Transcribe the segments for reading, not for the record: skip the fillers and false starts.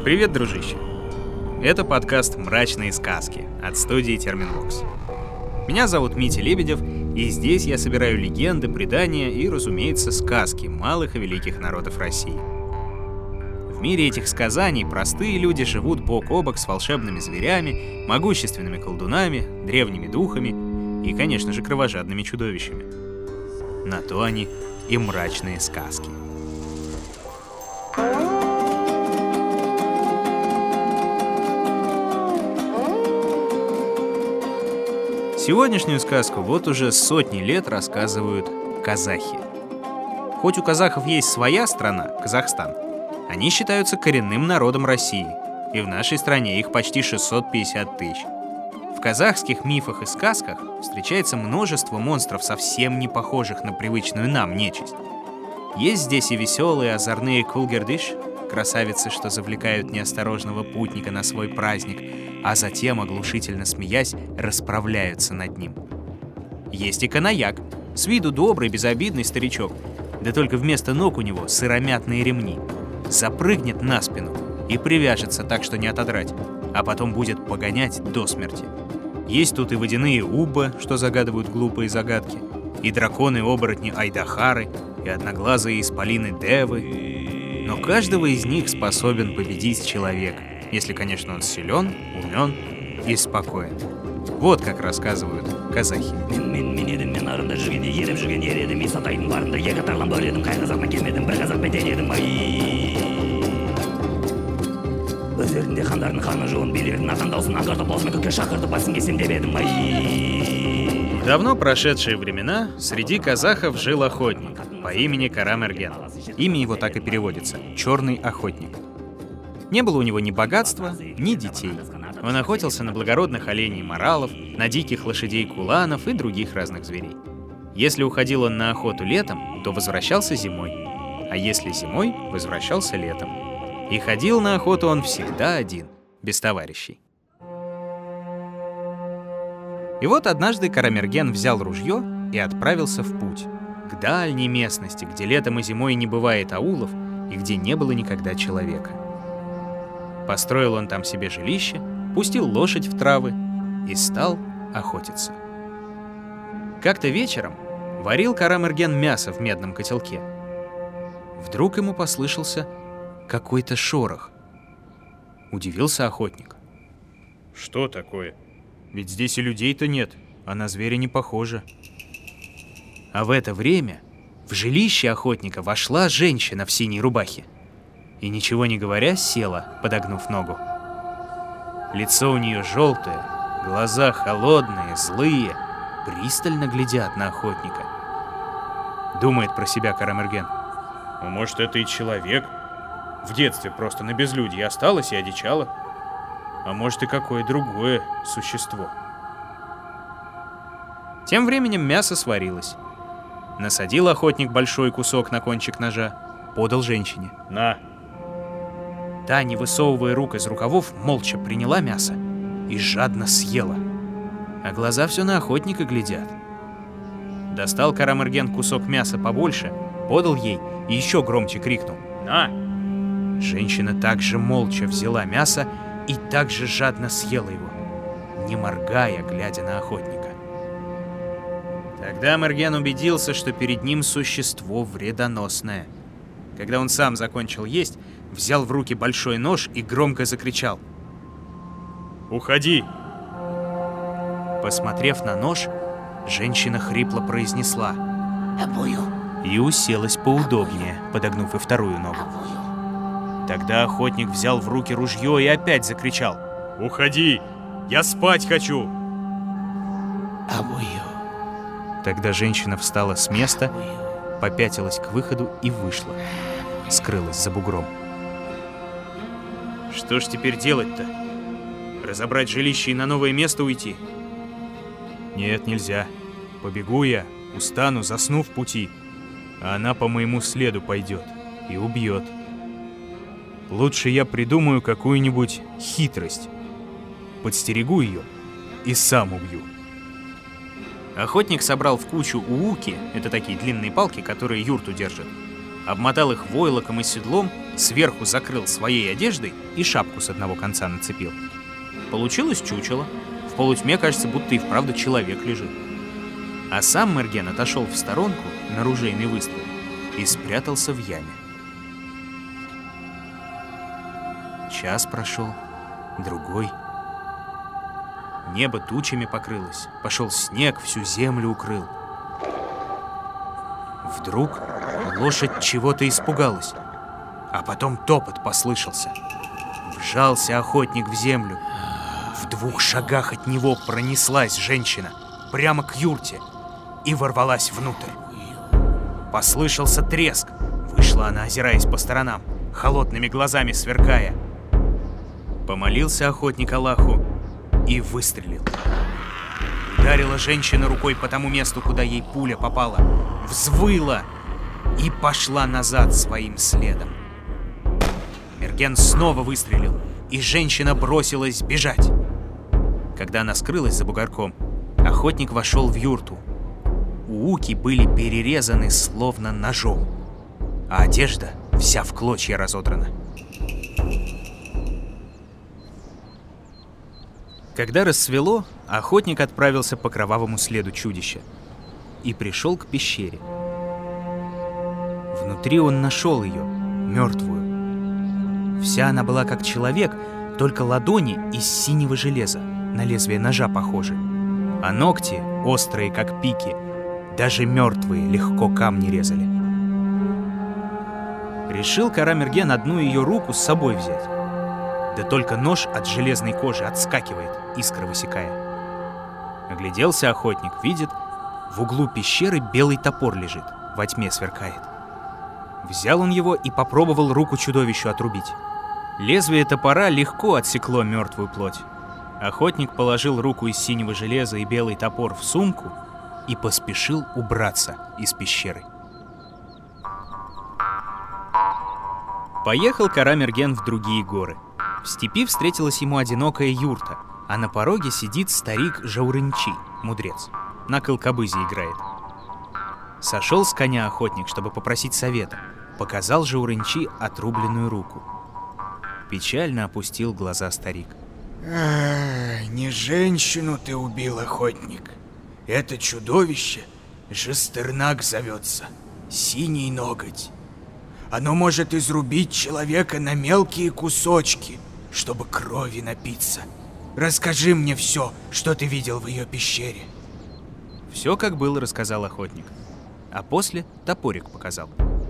Привет, дружище! Это подкаст «Мрачные сказки» от студии Терминвокс. Меня зовут Митя Лебедев, и здесь я собираю легенды, предания и, разумеется, сказки малых и великих народов России. В мире этих сказаний простые люди живут бок о бок с волшебными зверями, могущественными колдунами, древними духами и, конечно же, кровожадными чудовищами. На то они и мрачные сказки. Сегодняшнюю сказку вот уже сотни лет рассказывают казахи. Хоть у казахов есть своя страна, Казахстан, они считаются коренным народом России, и в нашей стране их почти 650 тысяч. В казахских мифах и сказках встречается множество монстров, совсем не похожих на привычную нам нечисть. Есть здесь и веселые озорные кулгердыш, красавицы, что завлекают неосторожного путника на свой праздник, а затем, оглушительно смеясь, расправляются над ним. Есть и канаяк, с виду добрый, безобидный старичок, да только вместо ног у него сыромятные ремни. Запрыгнет на спину и привяжется так, что не отодрать, а потом будет погонять до смерти. Есть тут и водяные уббы, что загадывают глупые загадки, и драконы-оборотни Айдахары, и одноглазые исполины Девы. Но каждого из них способен победить человек, если, конечно, он силен, умен и спокоен. Вот как рассказывают казахи. В давно прошедшие времена среди казахов жил охотник по имени Карамерген. Имя его так и переводится — «черный охотник». Не было у него ни богатства, ни детей. Он охотился на благородных оленей моралов, на диких лошадей куланов и других разных зверей. Если уходил он на охоту летом, то возвращался зимой. А если зимой, возвращался летом. И ходил на охоту он всегда один, без товарищей. И вот однажды Карамерген взял ружье и отправился в путь. К дальней местности, где летом и зимой не бывает аулов, и где не было никогда человека. Построил он там себе жилище, пустил лошадь в травы и стал охотиться. Как-то вечером варил Карамерген мясо в медном котелке. Вдруг ему послышался какой-то шорох. Удивился охотник. Что такое? Ведь здесь и людей-то нет, а на зверя не похоже. А в это время в жилище охотника вошла женщина в синей рубахе и, ничего не говоря, села, подогнув ногу. Лицо у нее желтое, глаза холодные, злые, пристально глядят на охотника. Думает про себя Карамерген. Ну, может, это и человек? В детстве просто на безлюдье осталось и одичало. А может, и какое другое существо. Тем временем мясо сварилось. Насадил охотник большой кусок на кончик ножа, подал женщине. На. Та, не высовывая рук из рукавов, молча приняла мясо и жадно съела. А глаза все на охотника глядят. Достал Карамерген кусок мяса побольше, подал ей и еще громче крикнул. На! Женщина также молча взяла мясо и также жадно съела его, не моргая, глядя на охотника. Тогда Мерген убедился, что перед ним существо вредоносное. Когда он сам закончил есть, взял в руки большой нож и громко закричал. «Уходи!» Посмотрев на нож, женщина хрипло произнесла «Обую» и уселась поудобнее, подогнув и вторую ногу. Тогда охотник взял в руки ружье и опять закричал «Уходи! Я спать хочу!» «Обую!» Тогда женщина встала с места, попятилась к выходу и вышла. Скрылась за бугром. Что ж теперь делать-то? Разобрать жилище и на новое место уйти? Нет, нельзя. Побегу я, устану, засну в пути, а она по моему следу пойдет и убьет. Лучше я придумаю какую-нибудь хитрость, подстерегу ее и сам убью. Охотник собрал в кучу ууки, это такие длинные палки, которые юрту держат, обмотал их войлоком и седлом, сверху закрыл своей одеждой и шапку с одного конца нацепил. Получилось чучело. В полутьме кажется, будто и вправду человек лежит. А сам Мерген отошел в сторонку на ружейный выстрел и спрятался в яме. Час прошел, другой. Небо тучами покрылось, пошел снег, всю землю укрыл. Вдруг лошадь чего-то испугалась, а потом топот послышался. Вжался охотник в землю. В 2 шагах от него пронеслась женщина прямо к юрте и ворвалась внутрь. Послышался треск. Вышла она, озираясь по сторонам, холодными глазами сверкая. Помолился охотник Аллаху и выстрелил. Ударила женщина рукой по тому месту, куда ей пуля попала, взвыла и пошла назад своим следом. Мерген снова выстрелил, и женщина бросилась бежать. Когда она скрылась за бугорком, охотник вошел в юрту. Ууки были перерезаны словно ножом, а одежда вся в клочья разодрана. Когда рассвело, охотник отправился по кровавому следу чудища и пришел к пещере. Внутри он нашел ее, мертвую. Вся она была как человек, только ладони из синего железа, на лезвие ножа похожи, а ногти, острые как пики, даже мертвые легко камни резали. Решил Кара-Мерген одну ее руку с собой взять. Да только нож от железной кожи отскакивает, искры высекая. Огляделся охотник, видит, в углу пещеры белый топор лежит, во тьме сверкает. Взял он его и попробовал руку чудовищу отрубить. Лезвие топора легко отсекло мертвую плоть. Охотник положил руку из синего железа и белый топор в сумку и поспешил убраться из пещеры. Поехал Кара-Мерген в другие горы. В степи встретилась ему одинокая юрта, а на пороге сидит старик Жаурынчи, мудрец. На колкобызе играет. Сошел с коня охотник, чтобы попросить совета. Показал Жаурынчи отрубленную руку. Печально опустил глаза старик. Не женщину ты убил, охотник. Это чудовище Жестернак зовется, синий ноготь. Оно может изрубить человека на мелкие кусочки, чтобы крови напиться. Расскажи мне все, что ты видел в ее пещере. Все как было, рассказал охотник. А после топорик показал.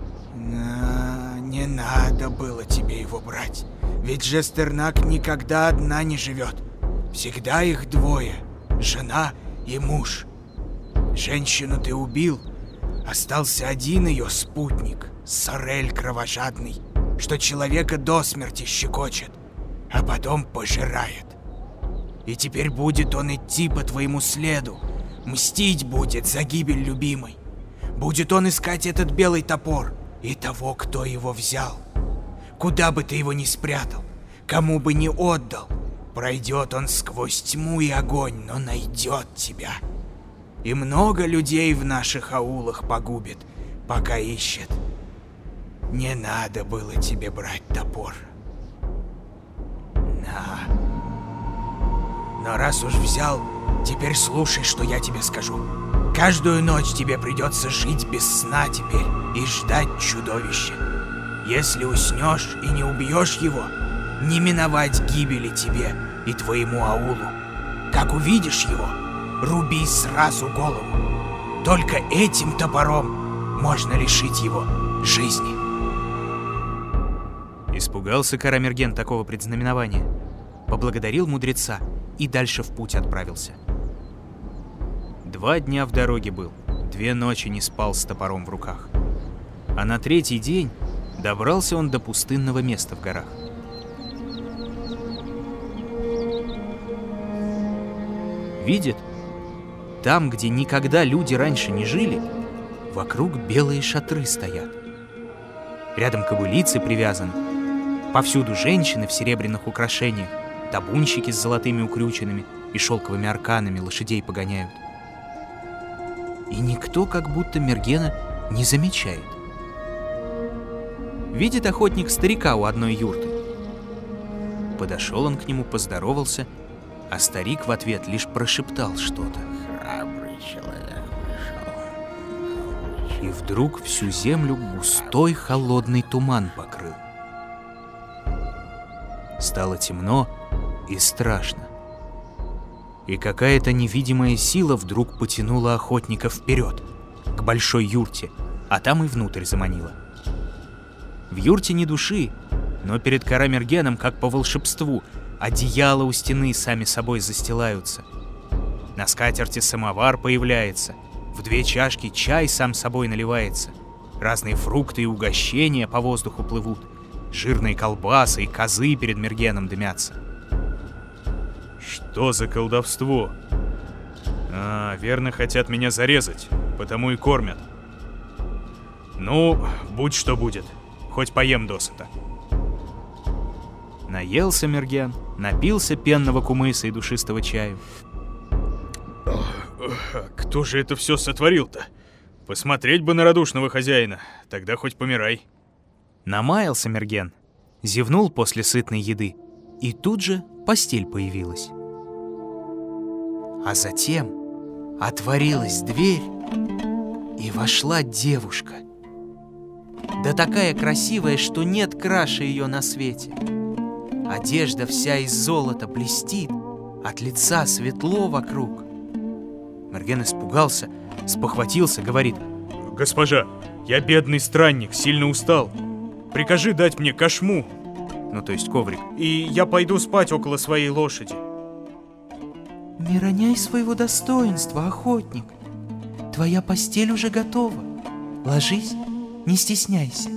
Не надо было тебе его брать. Ведь Жестернак никогда одна не живет. Всегда их двое, жена и муж. Женщину ты убил, остался один ее спутник, Сорель кровожадный, что человека до смерти щекочет, а потом пожирает. И теперь будет он идти по твоему следу, мстить будет за гибель любимой. Будет он искать этот белый топор и того, кто его взял. Куда бы ты его ни спрятал, кому бы ни отдал, пройдет он сквозь тьму и огонь, но найдет тебя. И много людей в наших аулах погубит, пока ищет. Не надо было тебе брать топор. Но раз уж взял, теперь слушай, что я тебе скажу. Каждую ночь тебе придется жить без сна теперь и ждать чудовища. Если уснешь и не убьешь его, не миновать гибели тебе и твоему аулу. Как увидишь его, руби сразу голову. Только этим топором можно лишить его жизни. Испугался Кара-Мерген такого предзнаменования, поблагодарил мудреца и дальше в путь отправился. 2 дня в дороге был, 2 ночи не спал с топором в руках. А на 3-й день добрался он до пустынного места в горах. Видит, там, где никогда люди раньше не жили, вокруг белые шатры стоят. Рядом кобылицы привязаны, повсюду женщины в серебряных украшениях, табунщики с золотыми укрючинами и шелковыми арканами лошадей погоняют. И никто как будто Мергена не замечает. видит охотник старика у одной юрты. Подошел он к нему, поздоровался, а старик в ответ лишь прошептал что-то. Храбрый человек пришел. И вдруг всю землю густой холодный туман покрыл. Стало темно и страшно. И какая-то невидимая сила вдруг потянула охотника вперед, к большой юрте, а там и внутрь заманила. В юрте ни души, но перед Карамергеном, как по волшебству, одеяла у стены сами собой застилаются. На скатерти самовар появляется, в 2 чашки чай сам собой наливается, разные фрукты и угощения по воздуху плывут, жирные колбасы и козы перед Мергеном дымятся. Что за колдовство? Верно, хотят меня зарезать, потому и кормят. Ну, будь что будет, хоть поем досыта. Наелся Мерген, напился пенного кумыса и душистого чаю. Кто же это все сотворил-то? Посмотреть бы на радушного хозяина, тогда хоть помирай. Намаялся Мерген, зевнул после сытной еды, и тут же постель появилась. А затем отворилась дверь, и вошла девушка. Да такая красивая, что нет краше ее на свете. Одежда вся из золота блестит, от лица светло вокруг. Мерген испугался, спохватился, говорит: Госпожа, я бедный странник, сильно устал. Прикажи дать мне кошму, ну то есть коврик, и я пойду спать около своей лошади. Не роняй своего достоинства, охотник. Твоя постель уже готова. Ложись, не стесняйся.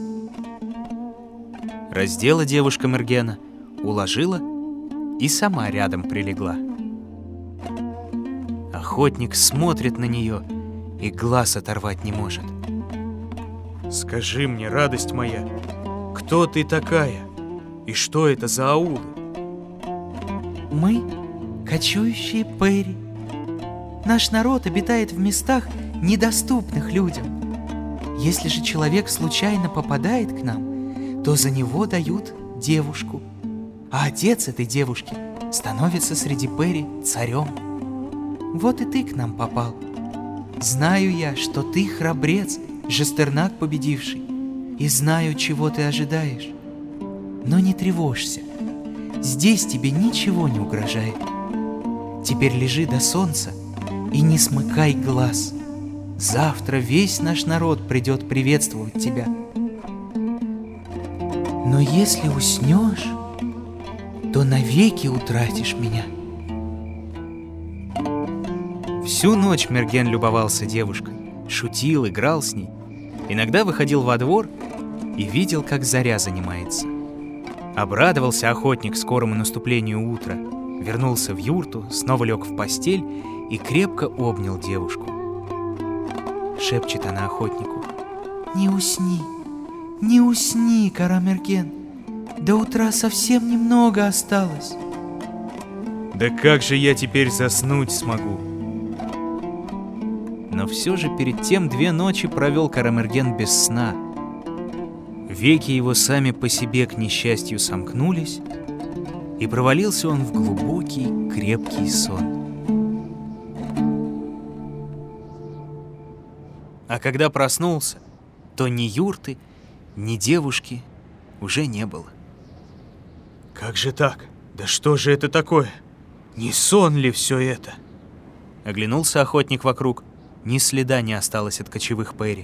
Раздела девушка Мергена, уложила и сама рядом прилегла. Охотник смотрит на нее и глаз оторвать не может. Скажи мне, радость моя, кто ты такая? И что это за аулы? Мы — кочующие Перри. Наш народ обитает в местах, недоступных людям. Если же человек случайно попадает к нам, то за него дают девушку. А отец этой девушки становится среди Перри царем. Вот и ты к нам попал. Знаю я, что ты храбрец, Жестернак победивший, и знаю, чего ты ожидаешь. Но не тревожься, здесь тебе ничего не угрожает. Теперь лежи до солнца и не смыкай глаз. Завтра весь наш народ придет приветствовать тебя. Но если уснешь, то навеки утратишь меня. Всю ночь Мерген любовался девушкой, шутил, играл с ней. Иногда выходил во двор и видел, как заря занимается. Обрадовался охотник скорому наступлению утра, вернулся в юрту, снова лег в постель и крепко обнял девушку. Шепчет она охотнику: не усни, Карамерген. До утра совсем немного осталось. Да как же я теперь заснуть смогу? Но все же перед тем 2 ночи провел Карамерген без сна. Веки его сами по себе к несчастью сомкнулись, и провалился он в глубокий, крепкий сон. А когда проснулся, то ни юрты, ни девушки уже не было. Как же так? Да что же это такое? Не сон ли все это? Оглянулся охотник вокруг, ни следа не осталось от кочевых Перри.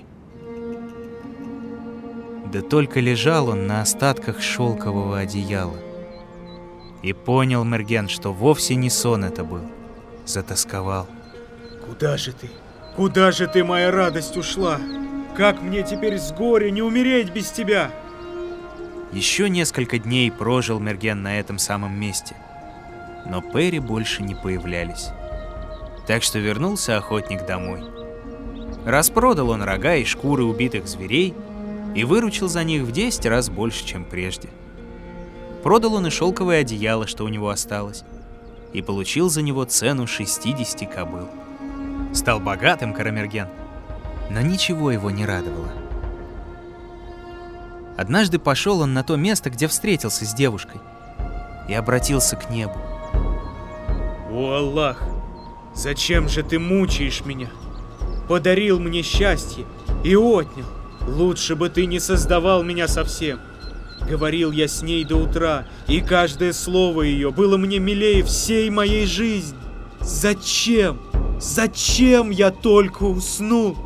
Да только лежал он на остатках шелкового одеяла. И понял Мерген, что вовсе не сон это был. Затосковал. Куда же ты? Куда же ты, моя радость, ушла? Как мне теперь с горя не умереть без тебя? Еще несколько дней прожил Мерген на этом самом месте. Но Перри больше не появлялись. Так что вернулся охотник домой. Распродал он рога и шкуры убитых зверей и выручил за них в 10 раз больше, чем прежде. Продал он и шелковое одеяло, что у него осталось, и получил за него цену 60 кобыл. Стал богатым Карамерген, но ничего его не радовало. Однажды пошел он на то место, где встретился с девушкой, и обратился к небу. О, Аллах, зачем же ты мучаешь меня? Подарил мне счастье и отнял. Лучше бы ты не создавал меня совсем. Говорил я с ней до утра, и каждое слово ее было мне милее всей моей жизни. Зачем? Зачем я только уснул?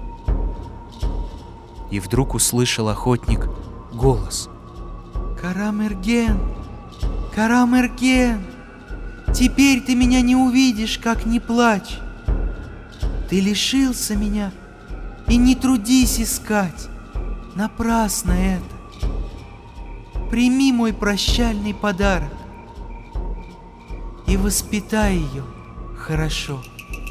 И вдруг услышал охотник голос. Карамерген, Карамерген, теперь ты меня не увидишь, как не плачь. Ты лишился меня, и не трудись искать. Напрасно это. Прими мой прощальный подарок и воспитай ее хорошо.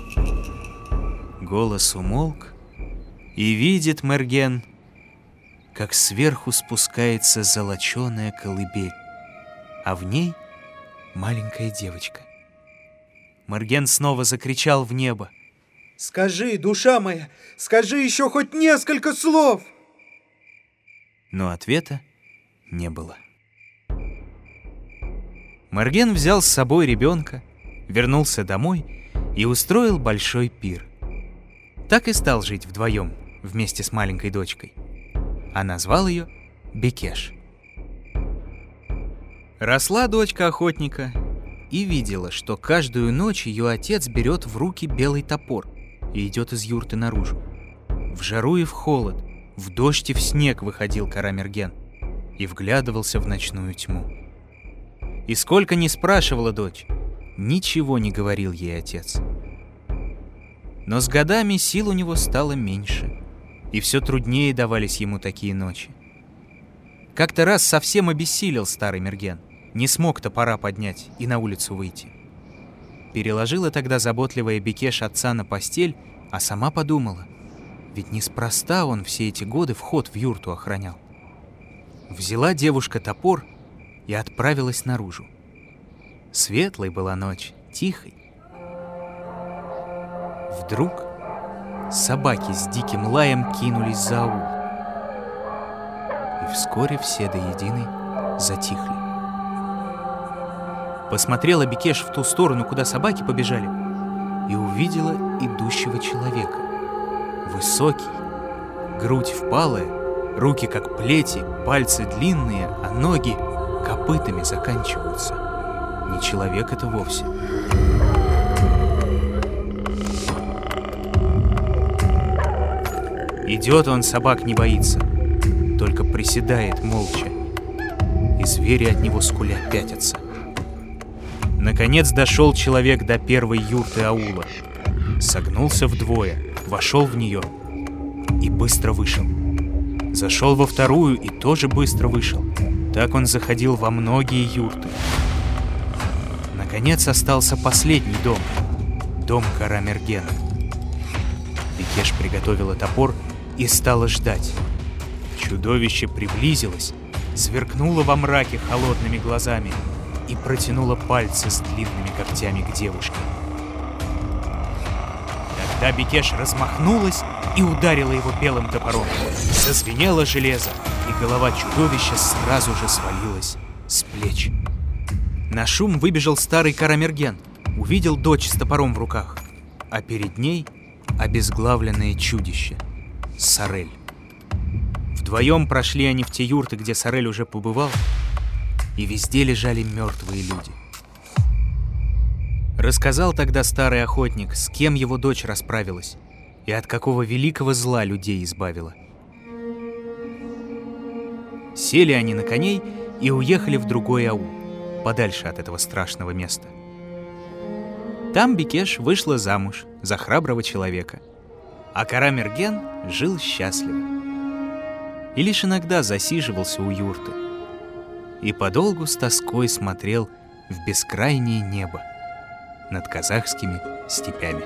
Голос умолк, и видит Мерген, как сверху спускается золоченая колыбель, а в ней маленькая девочка. Мерген снова закричал в небо. Скажи, душа моя, скажи еще хоть несколько слов. Но ответа не было. Мерген взял с собой ребенка, вернулся домой и устроил большой пир. Так и стал жить вдвоем вместе с маленькой дочкой. А назвал ее Бекеш. Росла дочка охотника и видела, что каждую ночь ее отец берет в руки белый топор и идет из юрты наружу. В жару и в холод, в дождь и в снег выходил Карамерген и вглядывался в ночную тьму. И сколько ни спрашивала дочь, ничего не говорил ей отец. Но с годами сил у него стало меньше, и все труднее давались ему такие ночи. Как-то раз совсем обессилел старый Мерген, не смог топора поднять и на улицу выйти. Переложила тогда заботливая Бекеш отца на постель, а сама подумала, ведь неспроста он все эти годы вход в юрту охранял. Взяла девушка топор и отправилась наружу. Светлой была ночь, тихой. Вдруг собаки с диким лаем кинулись за аул. И вскоре все до единой затихли. Посмотрела Бекеш в ту сторону, куда собаки побежали, и увидела идущего человека. Высокий, грудь впалая, руки как плети, пальцы длинные, а ноги копытами заканчиваются. Не человек это вовсе. Идет он, собак не боится, только приседает молча, и звери от него скуля пятятся. Наконец дошел человек до первой юрты аула, согнулся вдвое, вошел в нее и быстро вышел. Зашел во вторую и тоже быстро вышел. Так он заходил во многие юрты. Наконец остался последний дом, дом Карамергена. Бекеш приготовила топор и стала ждать. Чудовище приблизилось, сверкнуло во мраке холодными глазами и протянуло пальцы с длинными когтями к девушке. Тогда Бекеш размахнулась и ударила его белым топором. Зазвенело железо, и голова чудовища сразу же свалилась с плеч. На шум выбежал старый Карамерген, увидел дочь с топором в руках, а перед ней обезглавленное чудище — Сорель. Вдвоем прошли они в те юрты, где Сорель уже побывал, и везде лежали мертвые люди. Рассказал тогда старый охотник, с кем его дочь расправилась и от какого великого зла людей избавила. Сели они на коней и уехали в другой аул, подальше от этого страшного места. Там Бекеш вышла замуж за храброго человека, а Карамерген жил счастливо. И лишь иногда засиживался у юрты и подолгу с тоской смотрел в бескрайнее небо над казахскими степями.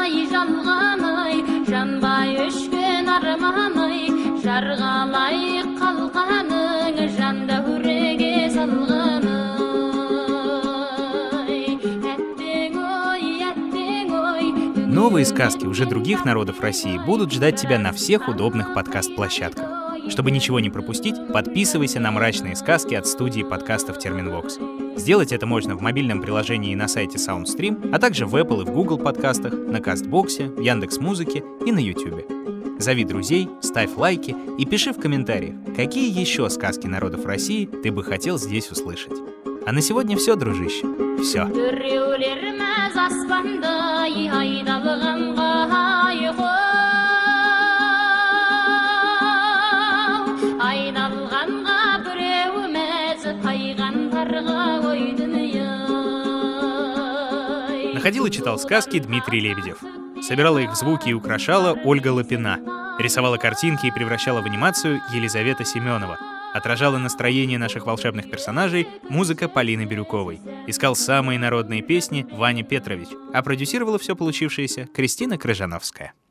Жарға лайық новые сказки уже других народов России будут ждать тебя на всех удобных подкаст-площадках. Чтобы ничего не пропустить, подписывайся на «Мрачные сказки» от студии подкастов Терминвокс. Сделать это можно в мобильном приложении и на сайте SoundStream, а также в Apple и в Google подкастах, на Кастбоксе, в Яндекс.Музыке и на YouTube. Зови друзей, ставь лайки и пиши в комментариях, какие еще сказки народов России ты бы хотел здесь услышать. А на сегодня все, дружище. Все. Находил и читал сказки Дмитрий Лебедев. Собирала их в звуки и украшала Ольга Лапина. Рисовала картинки и превращала в анимацию Елизавета Семенова. Отражала настроение наших волшебных персонажей музыка Полины Бирюковой. Искал самые народные песни Ваня Петрович. А продюсировала все получившееся Кристина Крыжановская.